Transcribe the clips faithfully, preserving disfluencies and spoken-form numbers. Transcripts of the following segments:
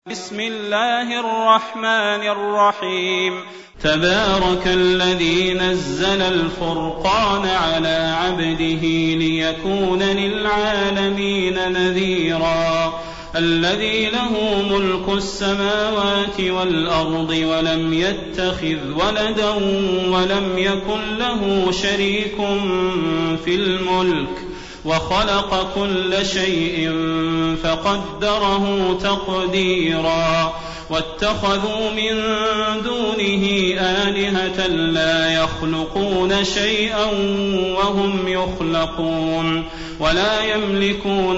بسم الله الرحمن الرحيم تبارك الذي نزل الفرقان على عبده ليكون للعالمين نذيرا الذي له ملك السماوات والأرض ولم يتخذ ولدا ولم يكن له شريك في الملك وخلق كل شيء فقدره تقديرا واتخذوا من دونه آلهة لا يخلقون شيئا وهم يخلقون ولا يملكون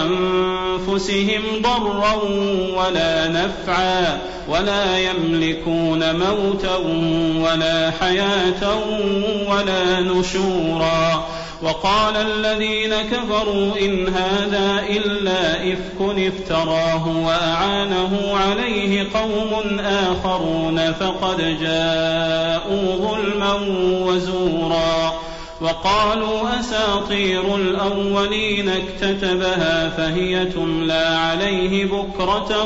لأنفسهم ضرا ولا نفعا ولا يملكون موتا ولا حياة ولا نشورا وقال الذين كفروا إن هذا إلا إفك افتراه وأعانه عليه قوم آخرون فقد جاءوا ظلما وزورا وقالوا أساطير الأولين اكتتبها فهي تملى عليه بكرة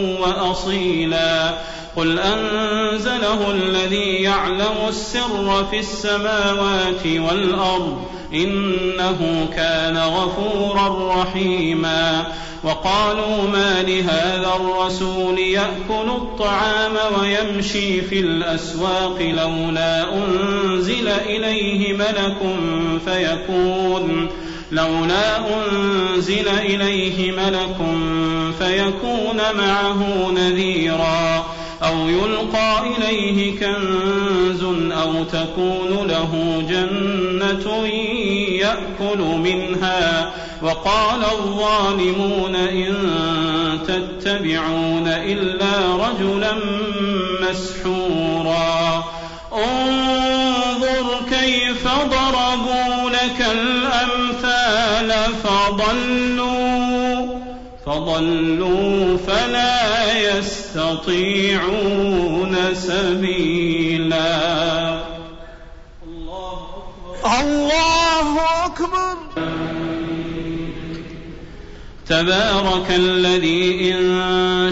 وأصيلا قل أنزله الذي يعلم السر في السماوات والأرض إنه كان غفورا رحيما وقالوا ما لهذا الرسول يأكل الطعام ويمشي في الأسواق لولا أنزل إليه ملك فيكون لولا أنزل إليه ملك فيكون معه نذيرا أو يلقى إليه كنز أو تكون له جنة يأكل منها وقال الظالمون إن تتبعون إلا رجلا مسحورا انظر كيف ضربوا لك الأمثال فضلوا فضلوا فلا يستطيعون سبيلا الله أكبر الله أكبر تبارك الذي إن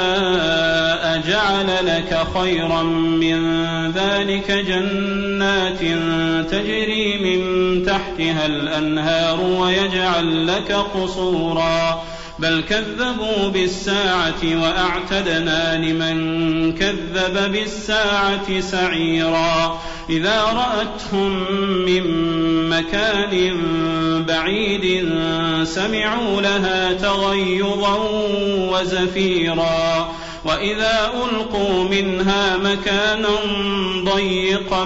شاء جعل لك خيرا من ذلك جنات تجري من تحتها الأنهار ويجعل لك قصورا بل كذبوا بالساعة وأعتدنا لمن كذب بالساعة سعيرا إذا رأتهم من مكان بعيد سمعوا لها تغيظا وزفيرا وإذا ألقوا منها مكانا ضيقا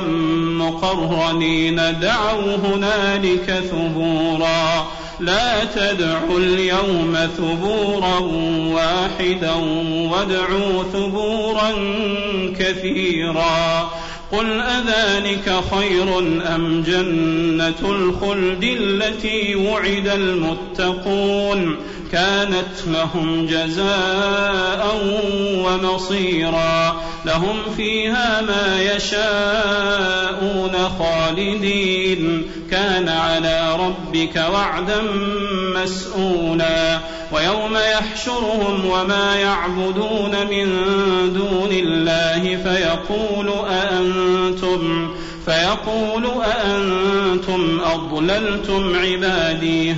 مقرنين دعوا هنالك ثبورا لا تدعوا اليوم ثبورا واحدا وادعوا ثبورا كثيرا قل أذلك خير أم جنة الخلد التي وعد المتقون كانت لهم جزاء ومصيرا لهم فيها ما يشاءون خالدين كان على ربك وعدا مسئولا ويوم يحشرهم وما يعبدون من دون الله فيقول أأنتم فيقول أأنتم أضللتم عبادي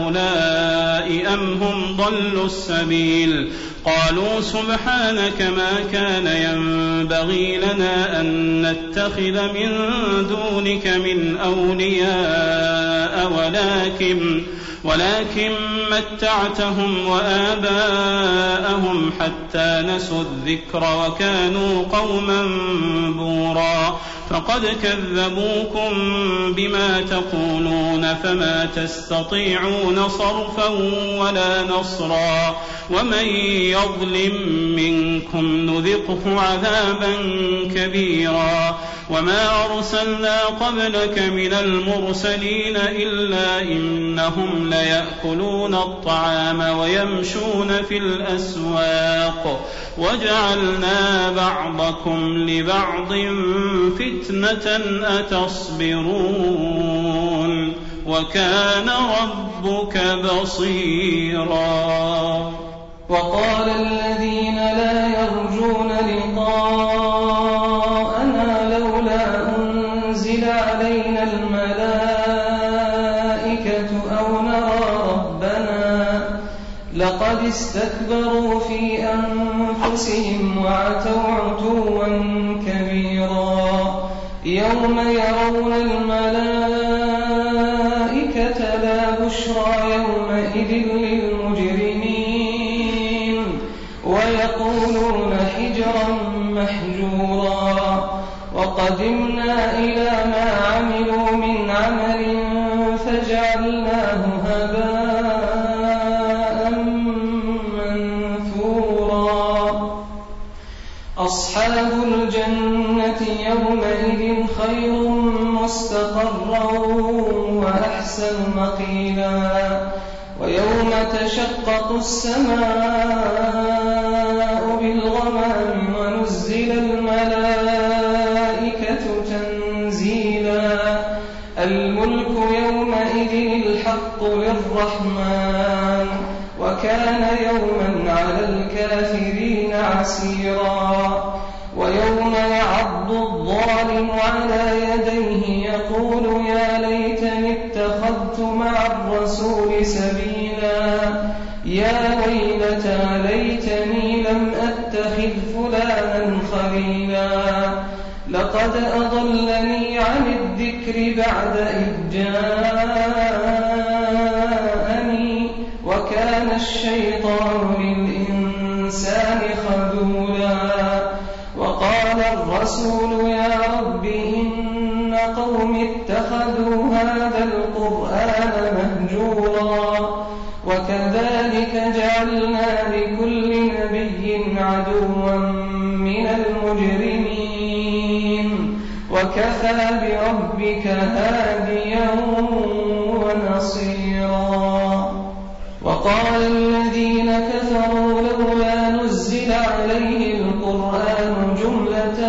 هؤلاء أم هم ضلوا السبيل قالوا سبحانك ما كان ينبغي لنا أن نتخذ من دونك من أولياء ولكن ولكن متعتهم وآباءهم حتى نسوا الذكر وكانوا قوما بورا فقد كذبوكم بما تقولون فما تستطيعون صرفا ولا نصرا ومن يظلم منكم نذقه عذابا كبيرا وما أرسلنا قبلك من المرسلين إلا إنهم ليأكلون الطعام ويمشون في الأسواق وجعلنا بعضكم لبعض فتنة أتصبرون وكان ربك بصيرا. وقال الذين اسْتَكْبَرُوا فِي أَنفُسِهِمْ وَعَتَوْا عُتُوًّا كَبِيرًا يَوْمَ يَرَوْنَ الْمَلَائِكَةَ لَا بُشْرَىٰ يَوْمَئِذٍ لِّلْمُجْرِمِينَ وَيَقُولُونَ حِجْرًا مَّحْجُورًا وَقَدِمْنَا إِلَىٰ مَا عَمِلُوا مِنْ عَمَلٍ فَجَعَلْنَاهُ هَبَاءً مَّنثُورًا أَصْحَابُ الْجَنَّةِ يَوْمَئِذٍ خَيْرٌ مُّسْتَقَرًّا وَأَحْسَنُ مَقِيلًا وَيَوْمَ تَشَقَّقُ السَّمَاءُ بِالْغَمَامِ وَنُزِّلَ الْمَلَائِكَةُ تَنزِيلًا الْمُلْكُ يَوْمَئِذٍ الْحَقُّ لِلرَّحْمَٰنِ وَكَانَ يَوْمًا عَلَى الْكَافِرِينَ عَسِيرًا وَيَوْمَ يَعَضُّ الظَّالِمُ عَلَىٰ يَدَيْهِ يَقُولُ يَا لَيْتَنِي اتَّخَذْتُ مَعَ الرَّسُولِ سَبِيلًا يَا وَيْلَتَىٰ لَيْتَنِي لَمْ أَتَّخِذْ فُلَانًا خَلِيلًا لَّقَدْ أَضَلَّنِي عَنِ الذِّكْرِ بَعْدَ إِذْ جَاءَنِي وَكَانَ الشَّيْطَانُ لِلْإِنسَانِ خَذُولًا وَقَالَ الرَّسُولُ يَا رَبِّ إِنَّ قَوْمِي اتَّخَذُوا هَٰذَا الْقُرْآنَ مَهْجُورًا وَكَذَٰلِكَ جَعَلْنَا لِكُلِّ نَبِيٍّ عَدُوًّا مِّنَ الْمُجْرِمِينَ وَكَفَىٰ بِرَبِّكَ هَادِيًا وَنَصِيرًا وَقَالَ الَّذِينَ كَفَرُوا لَوْلَا نُزِّلَ عَلَيْهِ الْقُرْآنُ جُمْلَةً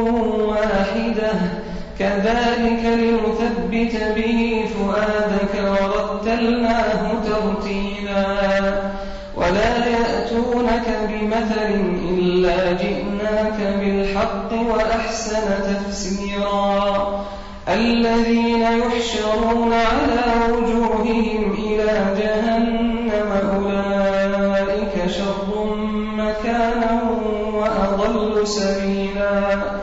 وَاحِدَةً كَذَٰلِكَ لِنُثَبِّتَ بِهِ فُؤَادَكَ وَرَتَّلْنَاهُ تَرْتِيلًا وَلَا يَأْتُونَكَ بِمَثَلٍ إِلَّا جِئْنَاكَ بِالْحَقِّ وَأَحْسَنَ تَفْسِيرًا الَّذِينَ يُحْشَرُونَ عَلَىٰ وُجُوهِهِمْ إِلَىٰ جَهَنَّمَ أُولَٰئِكَ شَرٌّ مَّكَانًا وَأَضَلُّ سَبِيلًا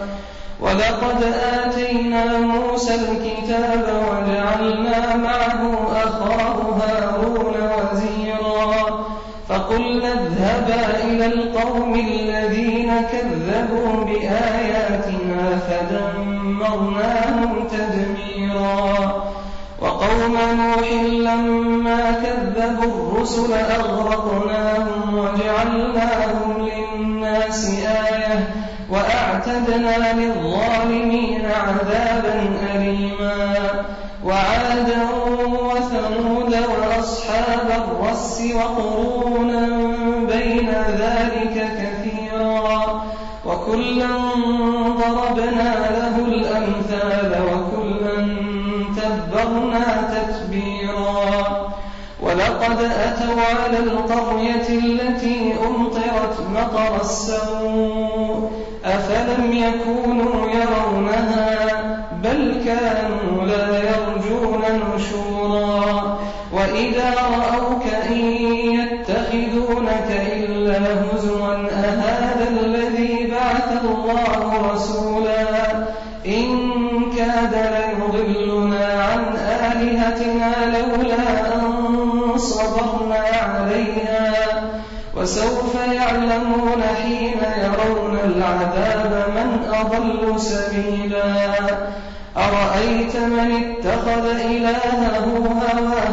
وَلَقَدْ آتَيْنَا مُوسَى الْكِتَابَ وَجَعَلْنَا مَعَهُ أَخَاهُ هَارُونَ وَزِيرًا فَقُلْنَا اذْهَبَا إِلَى الْقَوْمِ الَّذِينَ كَذَّبُوا بِآيَاتِنَا فَدَمَّرْنَاهُمْ تَدْمِيرًا وَقَوْمَ نُوحٍ لَّمَّا كَذَّبُوا الرُّسُلَ أَغْرَقْنَاهُمْ وَجَعَلْنَاهُمْ لِلنَّاسِ آيَةً وَأَعْتَدْنَا لِلظَّالِمِينَ عَذَابًا أَلِيمًا وَعَادًا وَثَمُودَ وَأَصْحَابَ الرَّسِّ وَقُرُونًا بَيْنَ ذَٰلِكَ كَثِيرًا وَكُلًّا ضَرَبْنَا لَهُ الْأَمْثَالَ وَكُلًّا تَبَّرْنَا تَتْبِيرًا وَلَقَدْ أَتَوْا عَلَى الْقَرْيَةِ الَّتِي أُمْطِرَتْ مَطَرَ السَّوْءِ أَفَلَمْ يَكُونُوا يَرَوْنَهَا بَلْ كَانُوا لَا يَرْجُونَ نُشُورًا وَإِذَا رَأَوْكَ إِن يَتَّخِذُونَكَ إِلَّا هُزُوًا أَهَٰذَا الَّذِي بَعَثَ اللَّهُ رَسُولًا إِن كَادَ لَيُضِلُّنَا عَنْ آلِهَتِنَا لَوْلَا أَن صَبَرْنَا عَلَيْهَا وَسَوْفَ يَعْلَمُونَ حِينَ يَرَوْنَ الْعَذَابَ مَنْ أَضَلُّ سَبِيلًا أَرَأَيْتَ مَنِ اتَّخَذَ إِلَٰهَهُ هَوَاهُ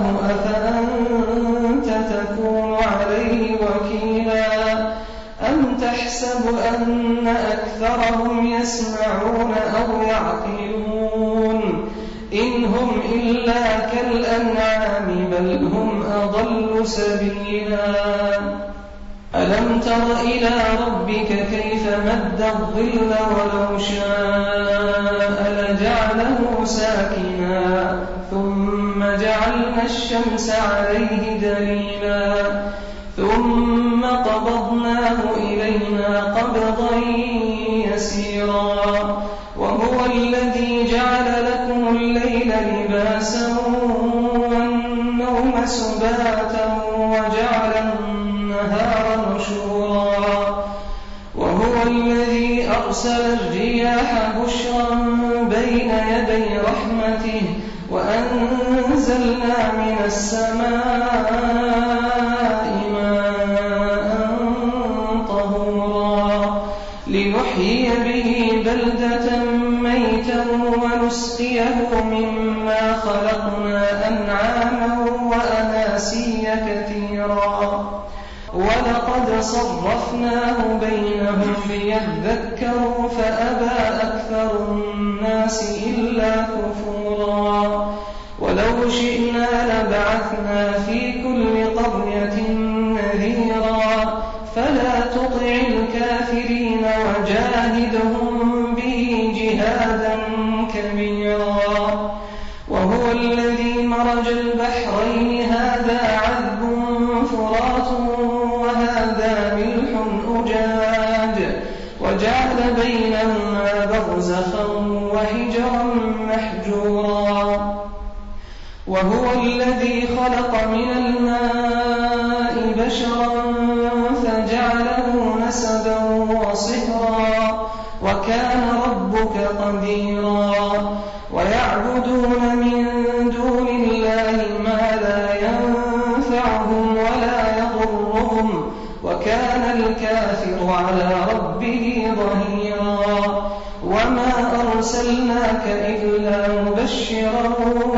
أَفَأَنتَ تَكُونُ عَلَيْهِ وَكِيلًا أَمْ تَحْسَبُ أَنَّ أَكْثَرَهُمْ يَسْمَعُونَ أَوْ يَعْقِلُونَ إِنْ هُمْ إِلَّا كَالْأَنْعَامِ بَلْ هُمْ أَضَلُّ سَبِيلًا أَلَمْ تَرَ إِلَىٰ رَبِّكَ كَيْفَ مَدَّ الظِّلَّ وَلَوْ شَاءَ لَجَعَلَهُ سَاكِنًا ثُمَّ جَعَلْنَا الشَّمْسَ عَلَيْهِ دَلِيلًا ثُمَّ قَبَضْنَاهُ إِلَيْنَا قَبْضًا يَسِيرًا وَهُوَ الَّذِي جَعَلَ لَكُمُ اللَّيْلَ لِبَاسًا وَالنَّوْمَ سُبَاتًا وَجَعَلَ النَّهَارَ وأرسل الرياح بشرا بين يدي رحمته وأنزلنا من السماء ماء طهورا لنحيي به بلدة ميتا ونسقيه مما خلقنا أنعاما وأناسيا كثيرا ولقد صرفناه بينهم ليذكروا فأبى أكثر الناس إلا كفورا ولو شئنا لبعثنا في كل قرية نذيرا فلا تطع الكافرين وجاهدهم به جهادا كبيرا وهو الذي مرج البحرين هذا عذب فرات وهذا ملح أجاج وجعل بينهما برزخا وحجرا محجورا وهو الذي خلق من الماء بشرا فجعله نسبا وصهرا وكان ربك قديرا ويعبدون من دون الله ما لا ينفعهم ولا يضرهم وكان الكافر على ربه ظهيرا وما أرسلناك إلا مبشرا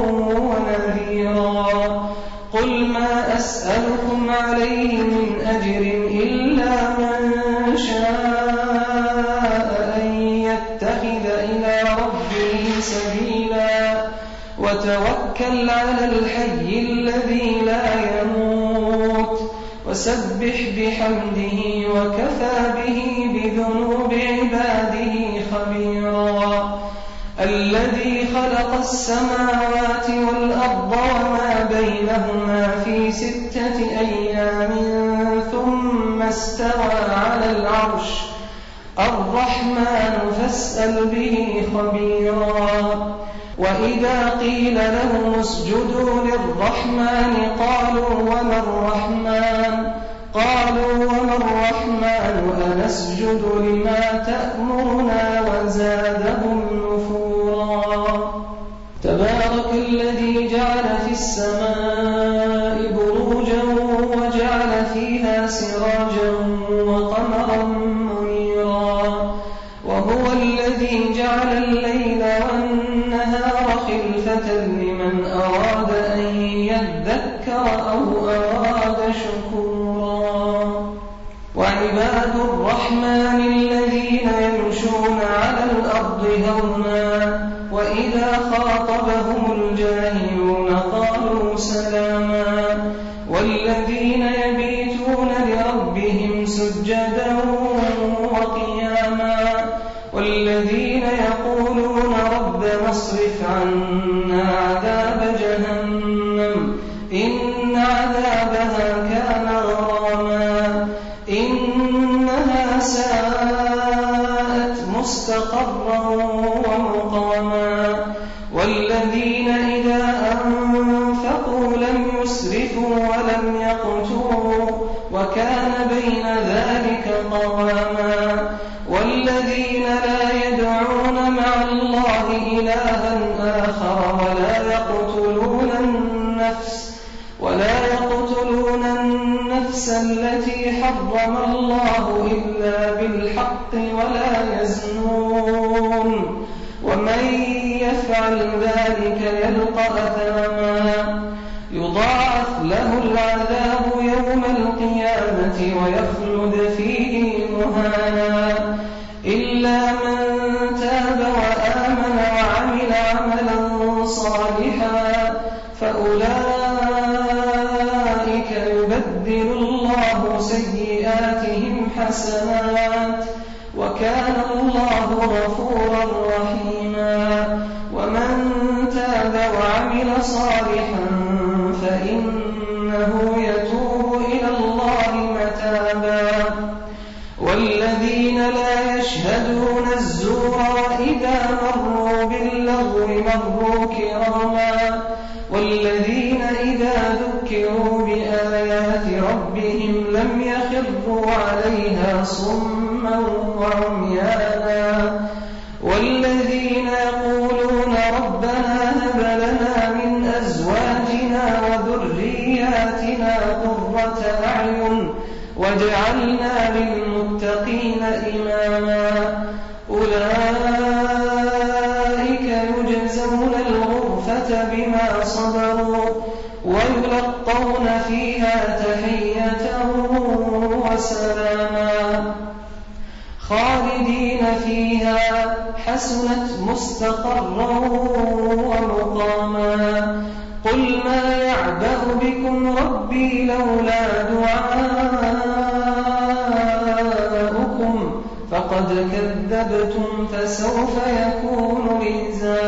ونذيرا قل ما أسألكم عليه من أجر إلا من شاء أن يتخذ إلى ربه سبيلا وتوكل على الحي الذي لا يموت وسبح بحمده وكفى به بذنوب عباده خبيرا الذي خلق السماوات والأرض وما بينهما في ستة أيام ثم استوى على العرش الرحمن فاسأل به خبيرا وإذا قيل لهم اسجدوا للرحمن قالوا وما الرحمن قالوا وما الرحمن أنسجد لما تأمرنا وزادهم نفورا تبارك الذي جعل في السماء بروجا وجعل فيها سراجا وقمرا منيرا وهو الذي جعل الليل والنهار خلفة لمن أراد أن يذكر أو أراد شكورا وعباد الرحمن الذين يمشون على الأرض هونا وإذا خاطبهم الجاهلون قالوا سلاما والذين يبيتون لربهم سجدا وقياما والذين يقولون ربنا اصرف عنا عذاب جهنم إن عذابها كان غراما إنها ساءت مستقرا ومقاما والذين إذا أنفقوا لم يسرفوا ولم يقتروا وكان بين ذلك قواما والذين لا يدعون مع الله إلها آخر ولا يقتلون النفس ولا يقتلون النفس التي حرم الله إلا بالحق ولا يزنون ومن يفعل ذلك يلقى أثاما يضاعف له العذاب يوم القيامة ويخلد فيه مهانا إلا من تاب وآمن وعمل عملا صالحا فأولئك يبدل الله سيئاتهم حسنات وكان الله غفورا رحيما ومن تاب وعمل صالحا فإنه يتوب إلى الله متابا والذين لا يشهدون الزور وإذا مروا باللغو مروا كراما والذين إذا ذكروا بآيات ربهم لم يخروا عليها صما وعميانا للمتقين إماما أولئك يجزون الغرفة بما صبروا ويلقون فيها تحية وسلاما خالدين فيها حسنت مستقرا ومقاما قل ما يعبأ بكم ربي لولا دعاؤكم فقد كذبتم فسوف يكون لزاما